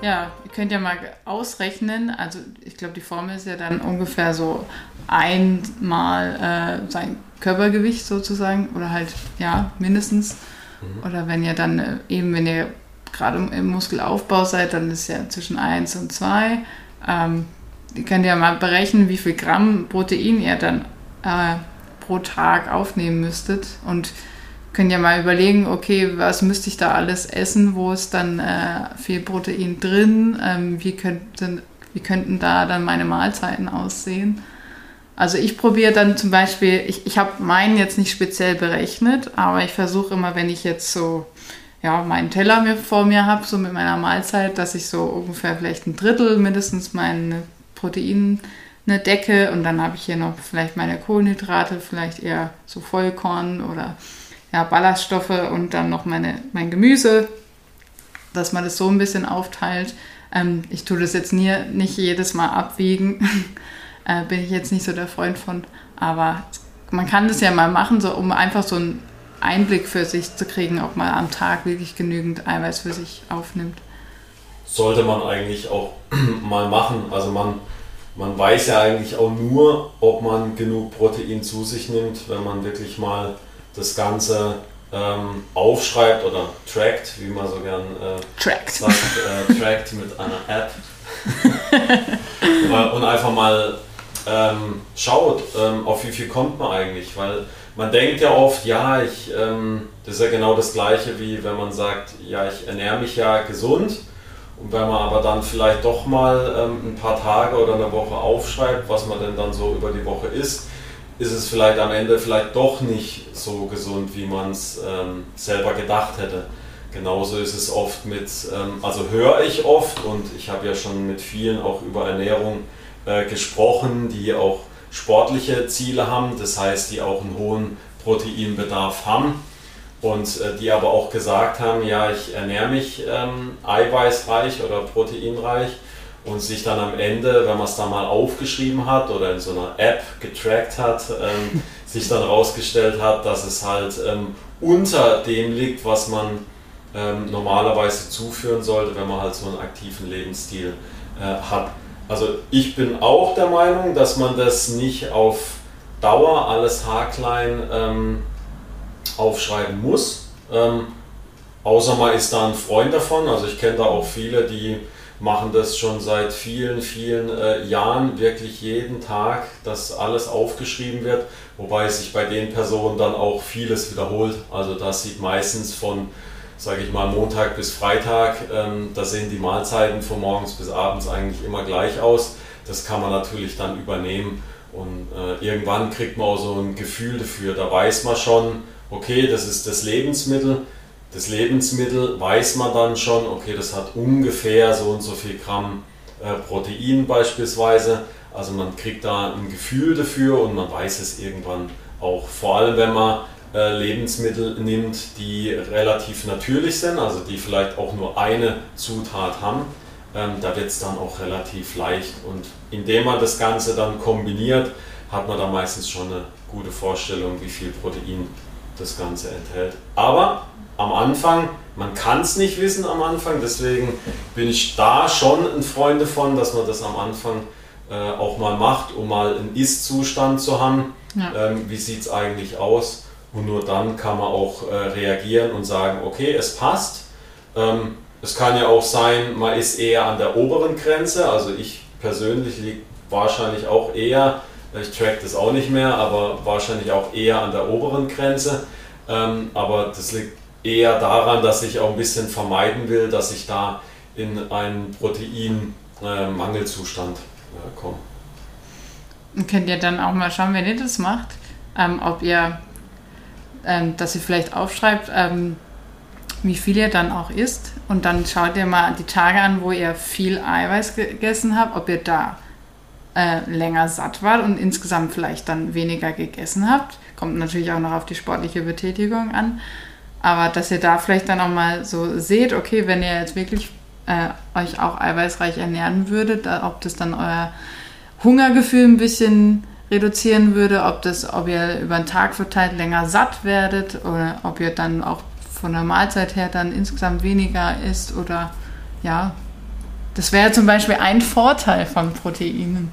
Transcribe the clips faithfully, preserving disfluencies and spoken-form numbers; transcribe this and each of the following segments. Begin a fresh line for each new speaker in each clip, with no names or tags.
Ja, ihr könnt ja mal ausrechnen, also ich glaube, die Formel ist ja dann ungefähr so einmal äh, sein Körpergewicht sozusagen oder halt, ja, mindestens. Mhm. Oder wenn ihr dann äh, eben, wenn ihr gerade im, im Muskelaufbau seid, dann ist ja zwischen eins und zwei. Ähm, ihr könnt ja mal berechnen, wie viel Gramm Protein ihr dann äh, pro Tag aufnehmen müsstet und können ja mal überlegen, okay, was müsste ich da alles essen, wo ist dann äh, viel Protein drin, ähm, wie, könnten, wie könnten da dann meine Mahlzeiten aussehen. Also ich probiere dann zum Beispiel, ich, ich habe meinen jetzt nicht speziell berechnet, aber ich versuche immer, wenn ich jetzt so ja, meinen Teller mir vor mir habe, so mit meiner Mahlzeit, dass ich so ungefähr vielleicht ein Drittel mindestens meine Proteine decke und dann habe ich hier noch vielleicht meine Kohlenhydrate, vielleicht eher so Vollkorn oder ja, Ballaststoffe und dann noch meine, mein Gemüse, dass man das so ein bisschen aufteilt. Ähm, ich tue das jetzt nie, nicht jedes Mal abwiegen, äh, bin ich jetzt nicht so der Freund von, aber man kann das ja mal machen, so, um einfach so einen Einblick für sich zu kriegen, ob man am Tag wirklich genügend Eiweiß für sich aufnimmt.
Sollte man eigentlich auch mal machen, also man, man weiß ja eigentlich auch nur, ob man genug Protein zu sich nimmt, wenn man wirklich mal das Ganze ähm, aufschreibt oder trackt, wie man so gern äh,
trackt.
sagt, äh, trackt mit einer App und einfach mal ähm, schaut, ähm, auf wie viel kommt man eigentlich, weil man denkt ja oft, ja, ich, ähm, das ist ja genau das Gleiche, wie wenn man sagt, ja, ich ernähre mich ja gesund und wenn man aber dann vielleicht doch mal ähm, ein paar Tage oder eine Woche aufschreibt, was man denn dann so über die Woche isst, ist es vielleicht am Ende vielleicht doch nicht so gesund, wie man es ähm, selber gedacht hätte. Genauso ist es oft mit, ähm, also höre ich oft und ich habe ja schon mit vielen auch über Ernährung äh, gesprochen, die auch sportliche Ziele haben, das heißt, die auch einen hohen Proteinbedarf haben und äh, die aber auch gesagt haben, ja, ich ernähre mich ähm, eiweißreich oder proteinreich. Und sich dann am Ende, wenn man es da mal aufgeschrieben hat oder in so einer App getrackt hat, ähm, sich dann rausgestellt hat, dass es halt ähm, unter dem liegt, was man ähm, normalerweise zuführen sollte, wenn man halt so einen aktiven Lebensstil äh, hat. Also ich bin auch der Meinung, dass man das nicht auf Dauer alles haarklein ähm, aufschreiben muss, ähm, außer man ist da ein Freund davon. Also ich kenne da auch viele, die machen das schon seit vielen, vielen äh, Jahren, wirklich jeden Tag, dass alles aufgeschrieben wird, wobei sich bei den Personen dann auch vieles wiederholt. Also das sieht meistens von, sage ich mal, Montag bis Freitag, ähm, da sehen die Mahlzeiten von morgens bis abends eigentlich immer gleich aus. Das kann man natürlich dann übernehmen und äh, irgendwann kriegt man auch so ein Gefühl dafür. Da weiß man schon, okay, das ist das Lebensmittel. Das Lebensmittel weiß man dann schon, okay, das hat ungefähr so und so viel Gramm äh, Protein beispielsweise. Also man kriegt da ein Gefühl dafür und man weiß es irgendwann auch. Vor allem, wenn man äh, Lebensmittel nimmt, die relativ natürlich sind, also die vielleicht auch nur eine Zutat haben, ähm, da wird es dann auch relativ leicht. Und indem man das Ganze dann kombiniert, hat man da meistens schon eine gute Vorstellung, wie viel Protein das Ganze enthält. Aber am Anfang, man kann es nicht wissen am Anfang, deswegen bin ich da schon ein Freund davon, dass man das am Anfang äh, auch mal macht, um mal einen Ist-Zustand zu haben. Ja. Ähm, wie sieht es eigentlich aus? Und nur dann kann man auch äh, reagieren und sagen, okay, es passt. Ähm, es kann ja auch sein, man ist eher an der oberen Grenze, also ich persönlich liege wahrscheinlich auch eher, ich track das auch nicht mehr, aber wahrscheinlich auch eher an der oberen Grenze. Ähm, aber das liegt eher daran, dass ich auch ein bisschen vermeiden will, dass ich da in einen Proteinmangelzustand äh, komme.
Könnt ihr dann auch mal schauen, wenn ihr das macht, ähm, ob ihr, ähm, dass ihr vielleicht aufschreibt, ähm, wie viel ihr dann auch isst und dann schaut ihr mal die Tage an, wo ihr viel Eiweiß gegessen habt, ob ihr da äh, länger satt wart und insgesamt vielleicht dann weniger gegessen habt. Kommt natürlich auch noch auf die sportliche Betätigung an. Aber dass ihr da vielleicht dann auch mal so seht, okay, wenn ihr jetzt wirklich äh, euch auch eiweißreich ernähren würdet, da, ob das dann euer Hungergefühl ein bisschen reduzieren würde, ob, das, ob ihr über den Tag verteilt länger satt werdet oder ob ihr dann auch von der Mahlzeit her dann insgesamt weniger isst oder ja, Das wäre zum Beispiel ein Vorteil von Proteinen.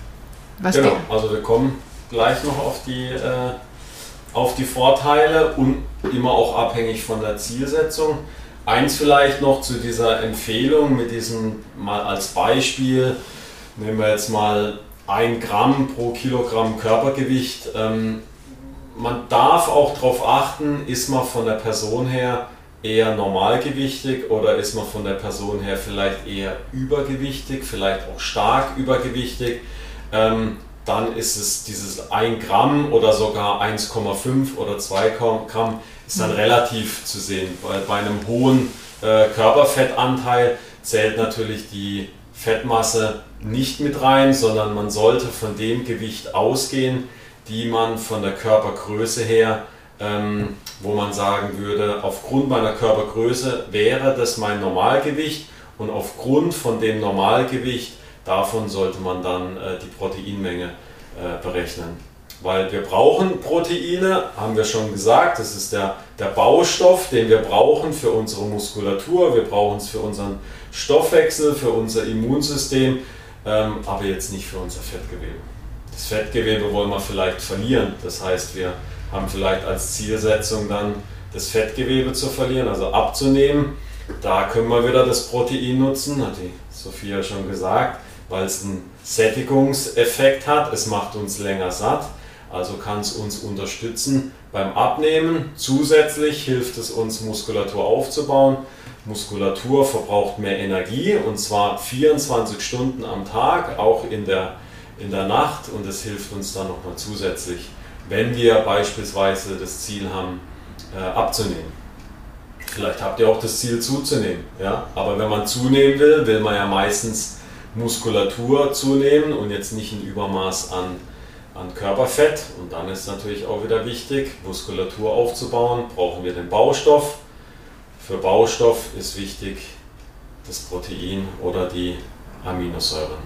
Was genau, also wir kommen gleich noch auf die, äh, auf die Vorteile und immer auch abhängig von der Zielsetzung. Eins vielleicht noch zu dieser Empfehlung mit diesem, mal als Beispiel, nehmen wir jetzt mal ein Gramm pro Kilogramm Körpergewicht. Ähm, man darf auch darauf achten, ist man von der Person her eher normalgewichtig oder ist man von der Person her vielleicht eher übergewichtig, vielleicht auch stark übergewichtig. Ähm, dann ist es dieses ein Gramm oder sogar eins Komma fünf oder zwei Gramm ist dann relativ zu sehen. Bei, bei einem hohen äh, Körperfettanteil zählt natürlich die Fettmasse nicht mit rein, sondern man sollte von dem Gewicht ausgehen, die man von der Körpergröße her, ähm, wo man sagen würde, aufgrund meiner Körpergröße wäre das mein Normalgewicht und aufgrund von dem Normalgewicht davon sollte man dann äh, die Proteinmenge äh, berechnen. Weil wir brauchen Proteine, haben wir schon gesagt, das ist der, der Baustoff, den wir brauchen für unsere Muskulatur, wir brauchen es für unseren Stoffwechsel, für unser Immunsystem, ähm, aber jetzt nicht für unser Fettgewebe. Das Fettgewebe wollen wir vielleicht verlieren, das heißt, wir haben vielleicht als Zielsetzung dann das Fettgewebe zu verlieren, also abzunehmen. Da können wir wieder das Protein nutzen, hat die Sophia schon gesagt, weil es einen Sättigungseffekt hat, es macht uns länger satt, also kann es uns unterstützen beim Abnehmen. Zusätzlich hilft es uns, Muskulatur aufzubauen. Muskulatur verbraucht mehr Energie und zwar vierundzwanzig Stunden am Tag, auch in der, in der Nacht, und es hilft uns dann nochmal zusätzlich, wenn wir beispielsweise das Ziel haben, äh, abzunehmen. Vielleicht habt ihr auch das Ziel zuzunehmen, ja? Aber wenn man zunehmen will, will man ja meistens Muskulatur zunehmen und jetzt nicht ein Übermaß an, an Körperfett. Und dann ist natürlich auch wieder wichtig, Muskulatur aufzubauen, brauchen wir den Baustoff. Für Baustoff ist wichtig das Protein oder die Aminosäuren.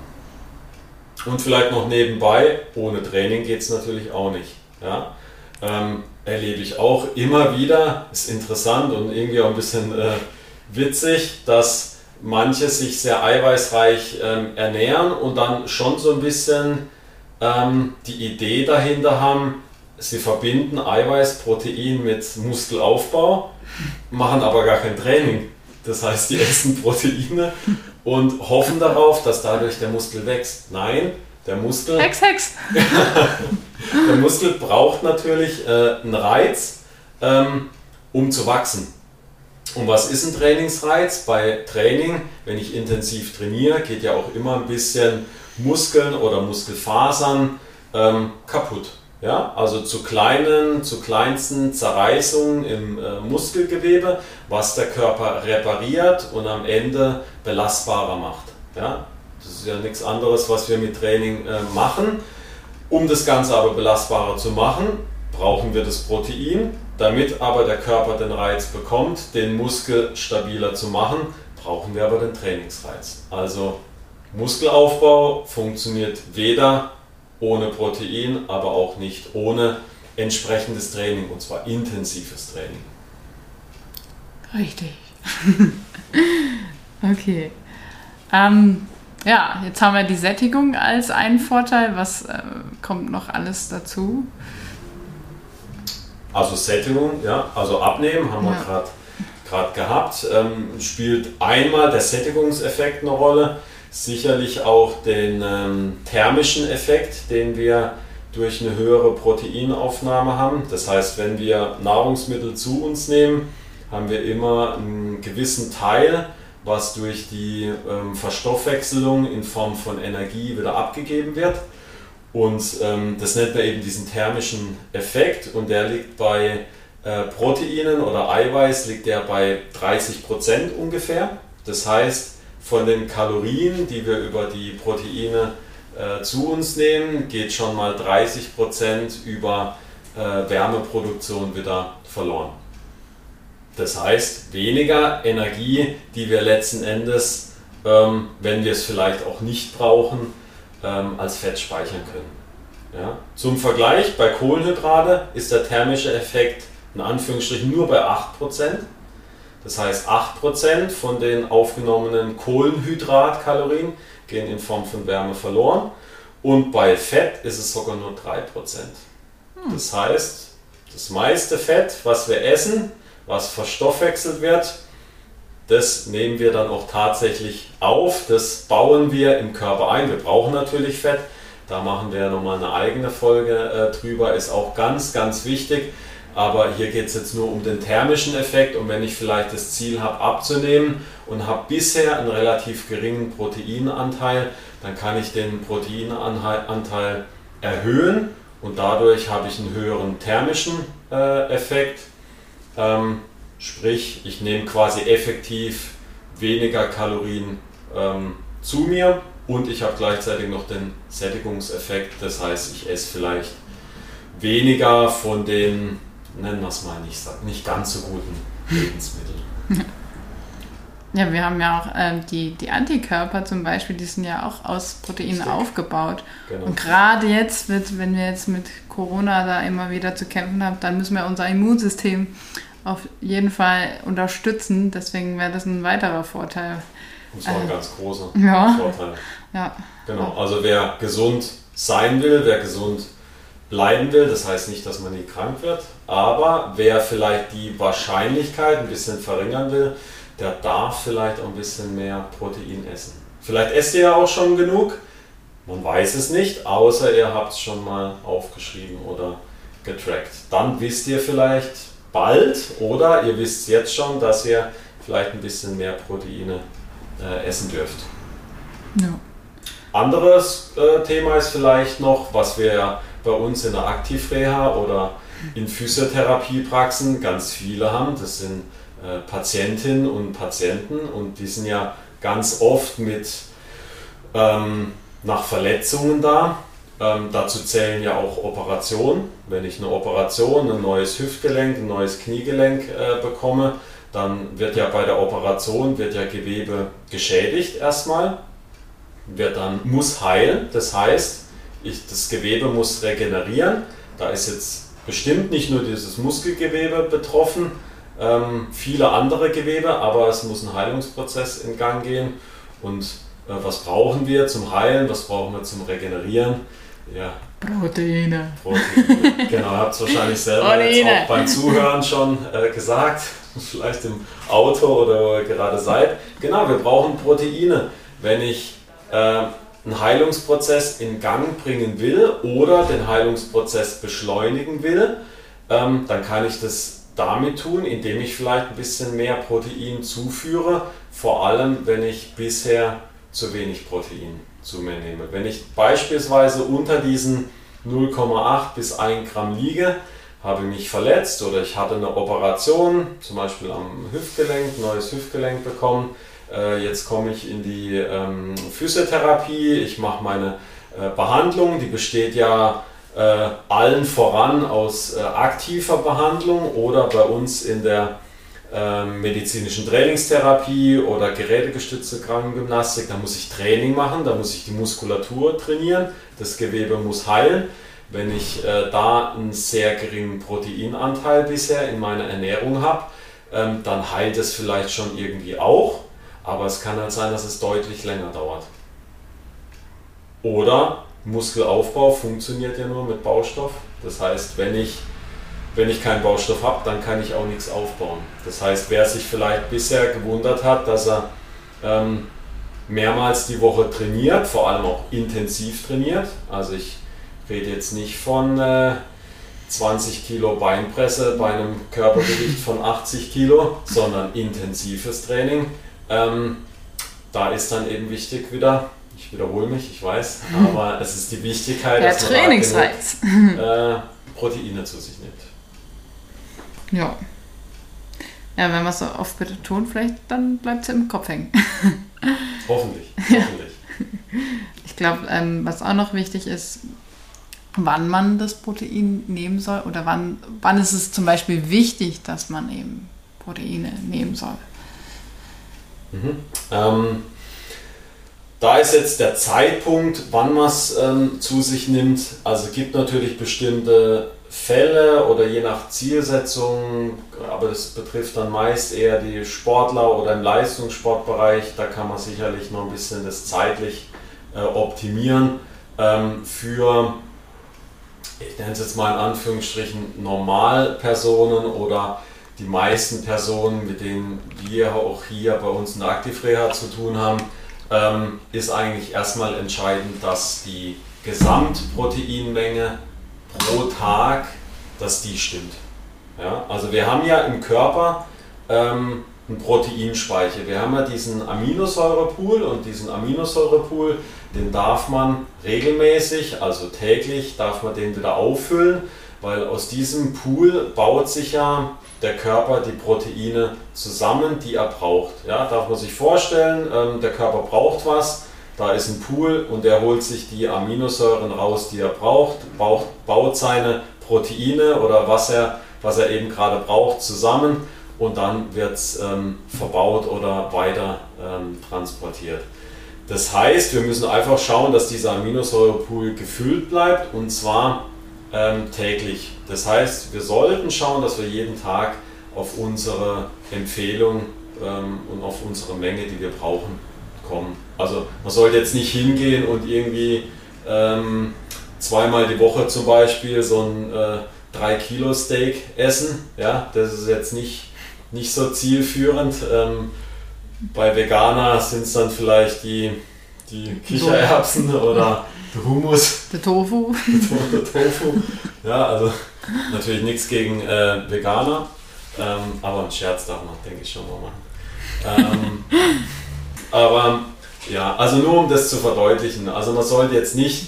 Und vielleicht noch nebenbei, ohne Training geht es natürlich auch nicht. Ja? Ähm, erlebe ich auch immer wieder, ist interessant und irgendwie auch ein bisschen äh, witzig, dass manche sich sehr eiweißreich ähm, ernähren und dann schon so ein bisschen ähm, die Idee dahinter haben, sie verbinden Eiweiß, Protein mit Muskelaufbau, machen aber gar kein Training. Das heißt, die essen Proteine und hoffen darauf, dass dadurch der Muskel wächst. Nein, der Muskel,
Hex, Hex.
der Muskel braucht natürlich äh, einen Reiz, ähm, um zu wachsen. Und was ist ein Trainingsreiz? Bei Training, wenn ich intensiv trainiere, geht ja auch immer ein bisschen Muskeln oder Muskelfasern ähm, kaputt. Ja? Also zu kleinen, zu kleinsten Zerreißungen im äh, Muskelgewebe, was der Körper repariert und am Ende belastbarer macht. Ja? Das ist ja nichts anderes, was wir mit Training äh, machen. Um das Ganze aber belastbarer zu machen, brauchen wir das Protein. Damit aber der Körper den Reiz bekommt, den Muskel stabiler zu machen, brauchen wir aber den Trainingsreiz. Also Muskelaufbau funktioniert weder ohne Protein, aber auch nicht ohne entsprechendes Training, und zwar intensives Training.
Richtig. Okay. Ähm, ja, jetzt haben wir die Sättigung als einen Vorteil. Was äh, kommt noch alles dazu?
Also Sättigung, ja, also Abnehmen haben wir ja. gerade gehabt. Ähm, spielt einmal der Sättigungseffekt eine Rolle, sicherlich auch den ähm, thermischen Effekt, den wir durch eine höhere Proteinaufnahme haben. Das heißt, wenn wir Nahrungsmittel zu uns nehmen, haben wir immer einen gewissen Teil, was durch die ähm, Verstoffwechselung in Form von Energie wieder abgegeben wird. Und ähm, das nennt man eben diesen thermischen Effekt, und der liegt bei äh, Proteinen oder Eiweiß liegt der bei dreißig Prozent ungefähr. Das heißt, von den Kalorien, die wir über die Proteine äh, zu uns nehmen, geht schon mal dreißig Prozent über äh, Wärmeproduktion wieder verloren. Das heißt, weniger Energie, die wir letzten Endes, ähm, wenn wir es vielleicht auch nicht brauchen, ähm, als Fett speichern können. Ja? Zum Vergleich, bei Kohlenhydrate ist der thermische Effekt in Anführungsstrichen nur bei acht Prozent. Das heißt, acht Prozent von den aufgenommenen Kohlenhydratkalorien gehen in Form von Wärme verloren. Und bei Fett ist es sogar nur drei Prozent. Das heißt, das meiste Fett, was wir essen, was verstoffwechselt wird, das nehmen wir dann auch tatsächlich auf. Das bauen wir im Körper ein. Wir brauchen natürlich Fett. Da machen wir nochmal eine eigene Folge äh, drüber. Ist auch ganz, ganz wichtig. Aber hier geht es jetzt nur um den thermischen Effekt. Und wenn ich vielleicht das Ziel habe abzunehmen und habe bisher einen relativ geringen Proteinanteil, dann kann ich den Proteinanteil erhöhen und dadurch habe ich einen höheren thermischen äh, Effekt. Ähm, sprich, ich nehme quasi effektiv weniger Kalorien ähm, zu mir und ich habe gleichzeitig noch den Sättigungseffekt. Das heißt, ich esse vielleicht weniger von den, nennen wir es mal nicht, nicht ganz so guten Lebensmitteln.
Ja, wir haben ja auch ähm, die, die Antikörper zum Beispiel, die sind ja auch aus Proteinen Stick. aufgebaut. Genau. Und gerade jetzt, wird, wenn wir jetzt mit Corona da immer wieder zu kämpfen haben, dann müssen wir unser Immunsystem auf jeden Fall unterstützen. Deswegen wäre das ein weiterer Vorteil.
Und zwar ein äh, ganz großer
ja.
Vorteil.
Ja.
Genau, also wer gesund sein will, wer gesund bleiben will, das heißt nicht, dass man nie krank wird, aber wer vielleicht die Wahrscheinlichkeit ein bisschen verringern will, der darf vielleicht auch ein bisschen mehr Protein essen. Vielleicht esst ihr ja auch schon genug, man weiß es nicht, außer ihr habt es schon mal aufgeschrieben oder getrackt. Dann wisst ihr vielleicht bald oder ihr wisst jetzt schon, dass ihr vielleicht ein bisschen mehr Proteine äh, essen dürft.
Ja.
Anderes äh, Thema ist vielleicht noch, was wir ja bei uns in der Aktivreha oder in Physiotherapiepraxen ganz viele haben, das sind Patientinnen und Patienten und die sind ja ganz oft mit ähm, nach Verletzungen da. Ähm, dazu zählen ja auch Operationen. Wenn ich eine Operation, ein neues Hüftgelenk, ein neues Kniegelenk äh, bekomme, dann wird ja bei der Operation wird ja Gewebe geschädigt erstmal, wird dann muss heilen. Das heißt, ich, das Gewebe muss regenerieren. Da ist jetzt bestimmt nicht nur dieses Muskelgewebe betroffen, Ähm, viele andere Gewebe, aber es muss ein Heilungsprozess in Gang gehen. Und äh, was brauchen wir zum Heilen, was brauchen wir zum Regenerieren? Ja,
Proteine.
Proteine. Genau, ihr habt es wahrscheinlich selber jetzt auch beim Zuhören schon äh, gesagt, vielleicht im Auto oder wo ihr gerade seid. Genau, wir brauchen Proteine. Wenn ich äh, einen Heilungsprozess in Gang bringen will oder den Heilungsprozess beschleunigen will, ähm, dann kann ich das damit tun, indem ich vielleicht ein bisschen mehr Protein zuführe, vor allem wenn ich bisher zu wenig Protein zu mir nehme. Wenn ich beispielsweise unter diesen null Komma acht bis ein Gramm liege, habe mich verletzt oder ich hatte eine Operation, zum Beispiel am Hüftgelenk, neues Hüftgelenk bekommen, äh, jetzt komme ich in die ähm, Physiotherapie, ich mache meine äh, Behandlung, die besteht ja Äh, allen voran aus äh, aktiver Behandlung oder bei uns in der äh, medizinischen Trainingstherapie oder gerätegestützte Krankengymnastik, da muss ich Training machen, da muss ich die Muskulatur trainieren, das Gewebe muss heilen. Wenn ich äh, da einen sehr geringen Proteinanteil bisher in meiner Ernährung habe, ähm, dann heilt es vielleicht schon irgendwie auch, aber es kann halt sein, dass es deutlich länger dauert. Oder Muskelaufbau funktioniert ja nur mit Baustoff. Das heißt, wenn ich, wenn ich keinen Baustoff habe, dann kann ich auch nichts aufbauen. Das heißt, wer sich vielleicht bisher gewundert hat, dass er ähm, mehrmals die Woche trainiert, vor allem auch intensiv trainiert, also ich rede jetzt nicht von äh, zwanzig Kilo Beinpresse bei einem Körpergewicht von achtzig Kilo, sondern intensives Training. Ähm, da ist dann eben wichtig wieder, ich wiederhole mich, ich weiß, aber es ist die Wichtigkeit,
Der
dass man
Trainingsreiz.
genug, äh, Proteine zu sich nimmt.
Ja. Ja, wenn man es so oft betont, vielleicht dann bleibt es im Kopf hängen.
Hoffentlich, hoffentlich.
Ich glaube, ähm, was auch noch wichtig ist, wann man das Protein nehmen soll oder wann, wann ist es zum Beispiel wichtig, dass man eben Proteine nehmen soll.
Mhm. Ähm, Da ist jetzt der Zeitpunkt, wann man es ähm, zu sich nimmt. Also es gibt natürlich bestimmte Fälle oder je nach Zielsetzung, aber das betrifft dann meist eher die Sportler oder im Leistungssportbereich, da kann man sicherlich noch ein bisschen das zeitlich äh, optimieren. Ähm, für, ich nenne es jetzt mal in Anführungsstrichen, Normalpersonen oder die meisten Personen, mit denen wir auch hier bei uns in der Aktivreha zu tun haben, ähm, ist eigentlich erstmal entscheidend, dass die Gesamtproteinmenge pro Tag, dass die stimmt. Ja, also wir haben ja im Körper ähm, einen Proteinspeicher. Wir haben ja diesen Aminosäurepool und diesen Aminosäurepool, den darf man regelmäßig, also täglich, darf man den wieder auffüllen, weil aus diesem Pool baut sich ja der Körper die Proteine zusammen, die er braucht. Ja, darf man sich vorstellen, ähm, der Körper braucht was, da ist ein Pool und er holt sich die Aminosäuren raus, die er braucht, baut, baut seine Proteine oder was er, was er eben gerade braucht, zusammen und dann wird es ähm, verbaut oder weiter ähm, transportiert. Das heißt, wir müssen einfach schauen, dass dieser Aminosäurepool gefüllt bleibt und zwar ähm, täglich. Das heißt, wir sollten schauen, dass wir jeden Tag auf unsere Empfehlung ähm, und auf unsere Menge, die wir brauchen, kommen. Also man sollte jetzt nicht hingehen und irgendwie ähm, zweimal die Woche zum Beispiel so ein äh, drei Kilo Steak essen. Ja, das ist jetzt nicht, nicht so zielführend. Ähm, bei Veganer sind es dann vielleicht die, die Kichererbsen oder der Hummus.
Der Tofu.
Der Tofu. Ja, also natürlich nichts gegen äh, Veganer, ähm, aber einen Scherz darf man, denke ich, schon mal machen. Ähm, aber ja, also nur um das zu verdeutlichen, also man sollte jetzt nicht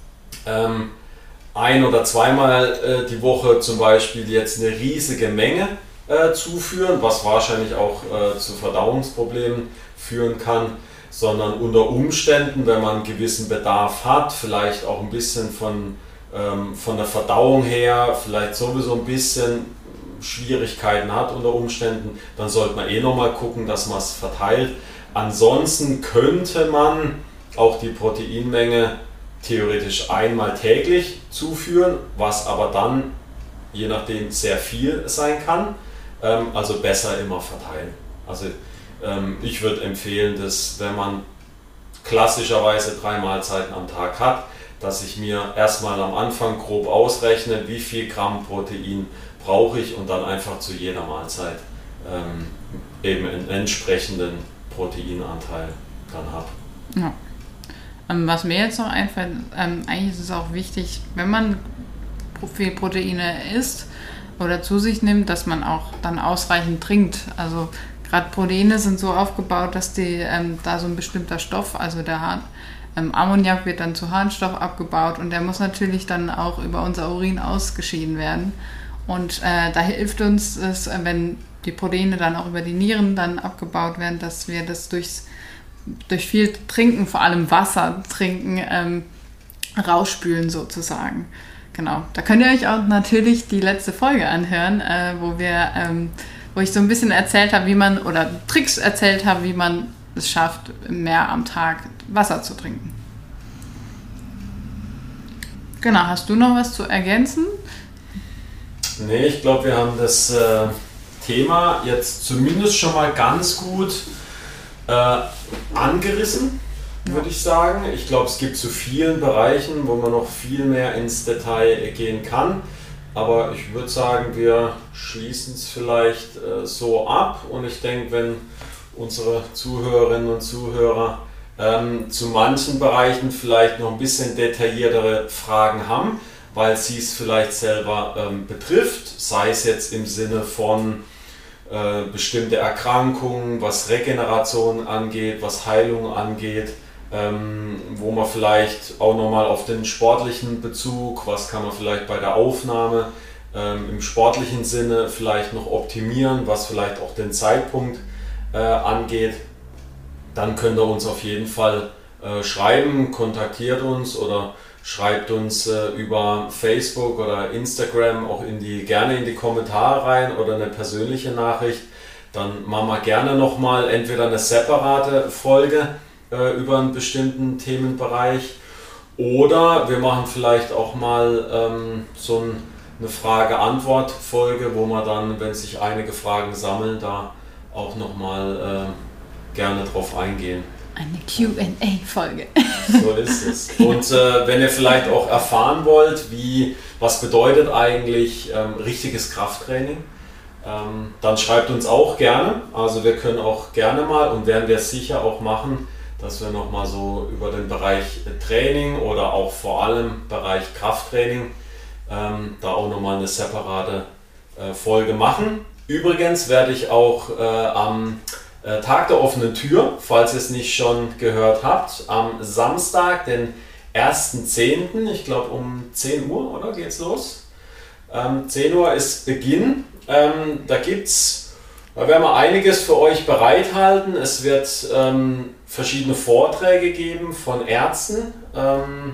ähm, ein- oder zweimal äh, die Woche zum Beispiel jetzt eine riesige Menge äh, zuführen, was wahrscheinlich auch äh, zu Verdauungsproblemen führen kann, sondern unter Umständen, wenn man einen gewissen Bedarf hat, vielleicht auch ein bisschen von, ähm, von der Verdauung her, vielleicht sowieso ein bisschen Schwierigkeiten hat unter Umständen, dann sollte man eh nochmal gucken, dass man es verteilt. Ansonsten könnte man auch die Proteinmenge theoretisch einmal täglich zuführen, was aber dann je nachdem sehr viel sein kann, ähm, also besser immer verteilen. Also ähm, ich würde empfehlen, dass wenn man klassischerweise drei Mahlzeiten am Tag hat, dass ich mir erstmal am Anfang grob ausrechne, wie viel Gramm Protein brauche ich und dann einfach zu jeder Mahlzeit ähm, eben einen entsprechenden Proteinanteil dann habe.
Ja. Ähm, was mir jetzt noch einfällt, ähm, eigentlich ist es auch wichtig, wenn man viel Proteine isst oder zu sich nimmt, dass man auch dann ausreichend trinkt. Also gerade Proteine sind so aufgebaut, dass die ähm, da so ein bestimmter Stoff, also der Harn, ähm, Ammoniak wird dann zu Harnstoff abgebaut und der muss natürlich dann auch über unser Urin ausgeschieden werden. Und äh, da hilft uns es, wenn die Proteine dann auch über die Nieren dann abgebaut werden, dass wir das durchs, durch viel Trinken, vor allem Wasser trinken, ähm, rausspülen sozusagen. Genau, da könnt ihr euch auch natürlich die letzte Folge anhören, äh, wo wir, ähm, wo ich so ein bisschen erzählt habe, wie man, oder Tricks erzählt habe, wie man es schafft, mehr am Tag Wasser zu trinken. Genau, hast du noch was zu ergänzen?
Nee, ich glaube, wir haben das äh, Thema jetzt zumindest schon mal ganz gut äh, angerissen, würde ich sagen. Ich glaube, es gibt zu vielen Bereichen, wo man noch viel mehr ins Detail gehen kann. Aber ich würde sagen, wir schließen es vielleicht äh, so ab. Und ich denke, wenn unsere Zuhörerinnen und Zuhörer ähm, zu manchen Bereichen vielleicht noch ein bisschen detailliertere Fragen haben, weil sie es vielleicht selber ähm, betrifft, sei es jetzt im Sinne von äh, bestimmte Erkrankungen, was Regeneration angeht, was Heilung angeht, ähm, wo man vielleicht auch nochmal auf den sportlichen Bezug, was kann man vielleicht bei der Aufnahme ähm, im sportlichen Sinne vielleicht noch optimieren, was vielleicht auch den Zeitpunkt äh, angeht, dann könnt ihr uns auf jeden Fall äh, schreiben, kontaktiert uns oder schreibt uns äh, über Facebook oder Instagram auch in die, gerne in die Kommentare rein oder eine persönliche Nachricht. Dann machen wir gerne nochmal entweder eine separate Folge äh, über einen bestimmten Themenbereich oder wir machen vielleicht auch mal ähm, so ein eine Frage-Antwort-Folge, wo man dann, wenn sich einige Fragen sammeln, da auch nochmal äh, gerne drauf eingehen.
Eine Q and A-Folge.
So ist es. Und äh, wenn ihr vielleicht auch erfahren wollt, wie, was bedeutet eigentlich ähm, richtiges Krafttraining, ähm, dann schreibt uns auch gerne. Also wir können auch gerne mal und werden wir sicher auch machen, dass wir nochmal so über den Bereich Training oder auch vor allem Bereich Krafttraining ähm, da auch nochmal eine separate äh, Folge machen. Übrigens werde ich auch äh, am äh, Tag der offenen Tür, falls ihr es nicht schon gehört habt, am Samstag, den ersten zehnten, ich glaube um zehn Uhr, oder geht's los? Ähm, zehn Uhr ist Beginn. Ähm, da gibt's, da werden wir einiges für euch bereithalten. Es wird ähm, verschiedene Vorträge geben von Ärzten. Ähm,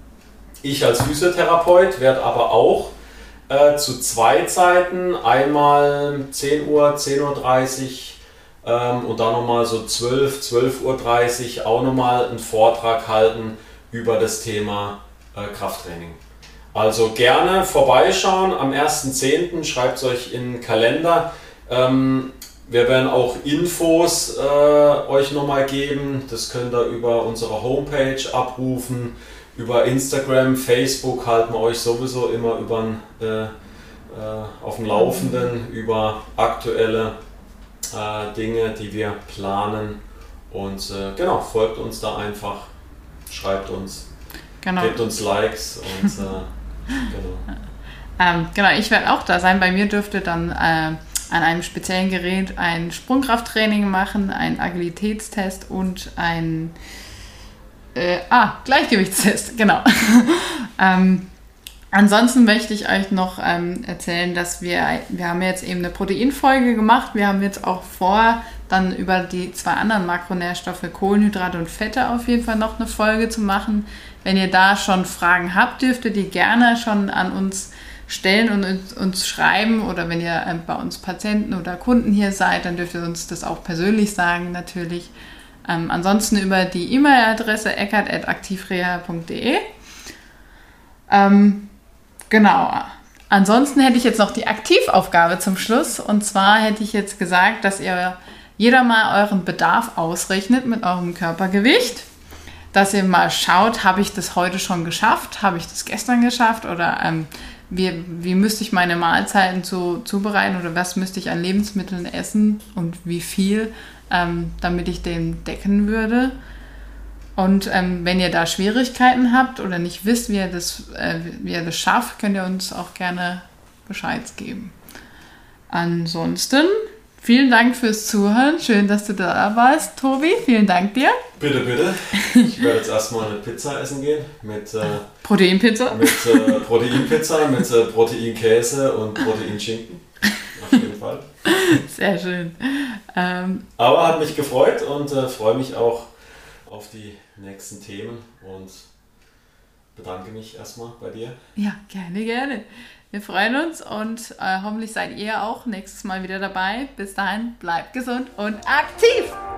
ich als Physiotherapeut werde aber auch äh, zu zwei Zeiten, einmal zehn Uhr, zehn Uhr dreißig ähm, und dann nochmal so zwölf, zwölf Uhr dreißig auch nochmal einen Vortrag halten über das Thema äh, Krafttraining. Also gerne vorbeischauen am ersten zehnten, schreibt es euch in den Kalender. Ähm, wir werden auch Infos äh, euch nochmal geben, das könnt ihr über unsere Homepage abrufen, über Instagram, Facebook halten wir euch sowieso immer über, äh, äh, auf dem Laufenden, über aktuelle äh, Dinge, die wir planen und äh, genau, folgt uns da einfach, schreibt uns, genau. Gebt uns Likes und äh, genau.
Ähm, genau, ich werde auch da sein. Bei mir dürfte dann äh, an einem speziellen Gerät ein Sprungkrafttraining machen, ein Agilitätstest und ein äh, ah, Gleichgewichtstest, genau. ähm, ansonsten möchte ich euch noch ähm, erzählen, dass wir, wir haben jetzt eben eine Proteinfolge gemacht. Wir haben jetzt auch vor, dann über die zwei anderen Makronährstoffe, Kohlenhydrate und Fette auf jeden Fall noch eine Folge zu machen. Wenn ihr da schon Fragen habt, dürft ihr die gerne schon an uns stellen und uns, uns schreiben. Oder wenn ihr äh, bei uns Patienten oder Kunden hier seid, dann dürft ihr uns das auch persönlich sagen natürlich. Ähm, ansonsten über die E-Mail-Adresse eckart at aktivreha punkt de. Ähm, genau. Ansonsten hätte ich jetzt noch die Aktivaufgabe zum Schluss. Und zwar hätte ich jetzt gesagt, dass ihr jeder mal euren Bedarf ausrechnet mit eurem Körpergewicht. Dass ihr mal schaut, habe ich das heute schon geschafft? Habe ich das gestern geschafft? Oder ähm, wie, wie müsste ich meine Mahlzeiten zu, zubereiten? Oder was müsste ich an Lebensmitteln essen? Und wie viel, ähm, damit ich den decken würde? Und ähm, wenn ihr da Schwierigkeiten habt oder nicht wisst, wie ihr das, äh, wie ihr das schafft, könnt ihr uns auch gerne Bescheid geben. Ansonsten, vielen Dank fürs Zuhören. Schön, dass du da warst, Tobi. Vielen Dank dir.
Bitte, bitte. Ich werde jetzt erstmal eine Pizza essen gehen. Mit äh,
Proteinpizza.
Mit äh, Proteinpizza, mit äh, Proteinkäse und Proteinschinken. Auf jeden Fall.
Sehr schön. Ähm,
Aber hat mich gefreut und äh, freue mich auch auf die nächsten Themen und bedanke mich erstmal bei dir.
Ja, gerne, gerne. Wir freuen uns und äh, hoffentlich seid ihr auch nächstes Mal wieder dabei. Bis dahin, bleibt gesund und aktiv!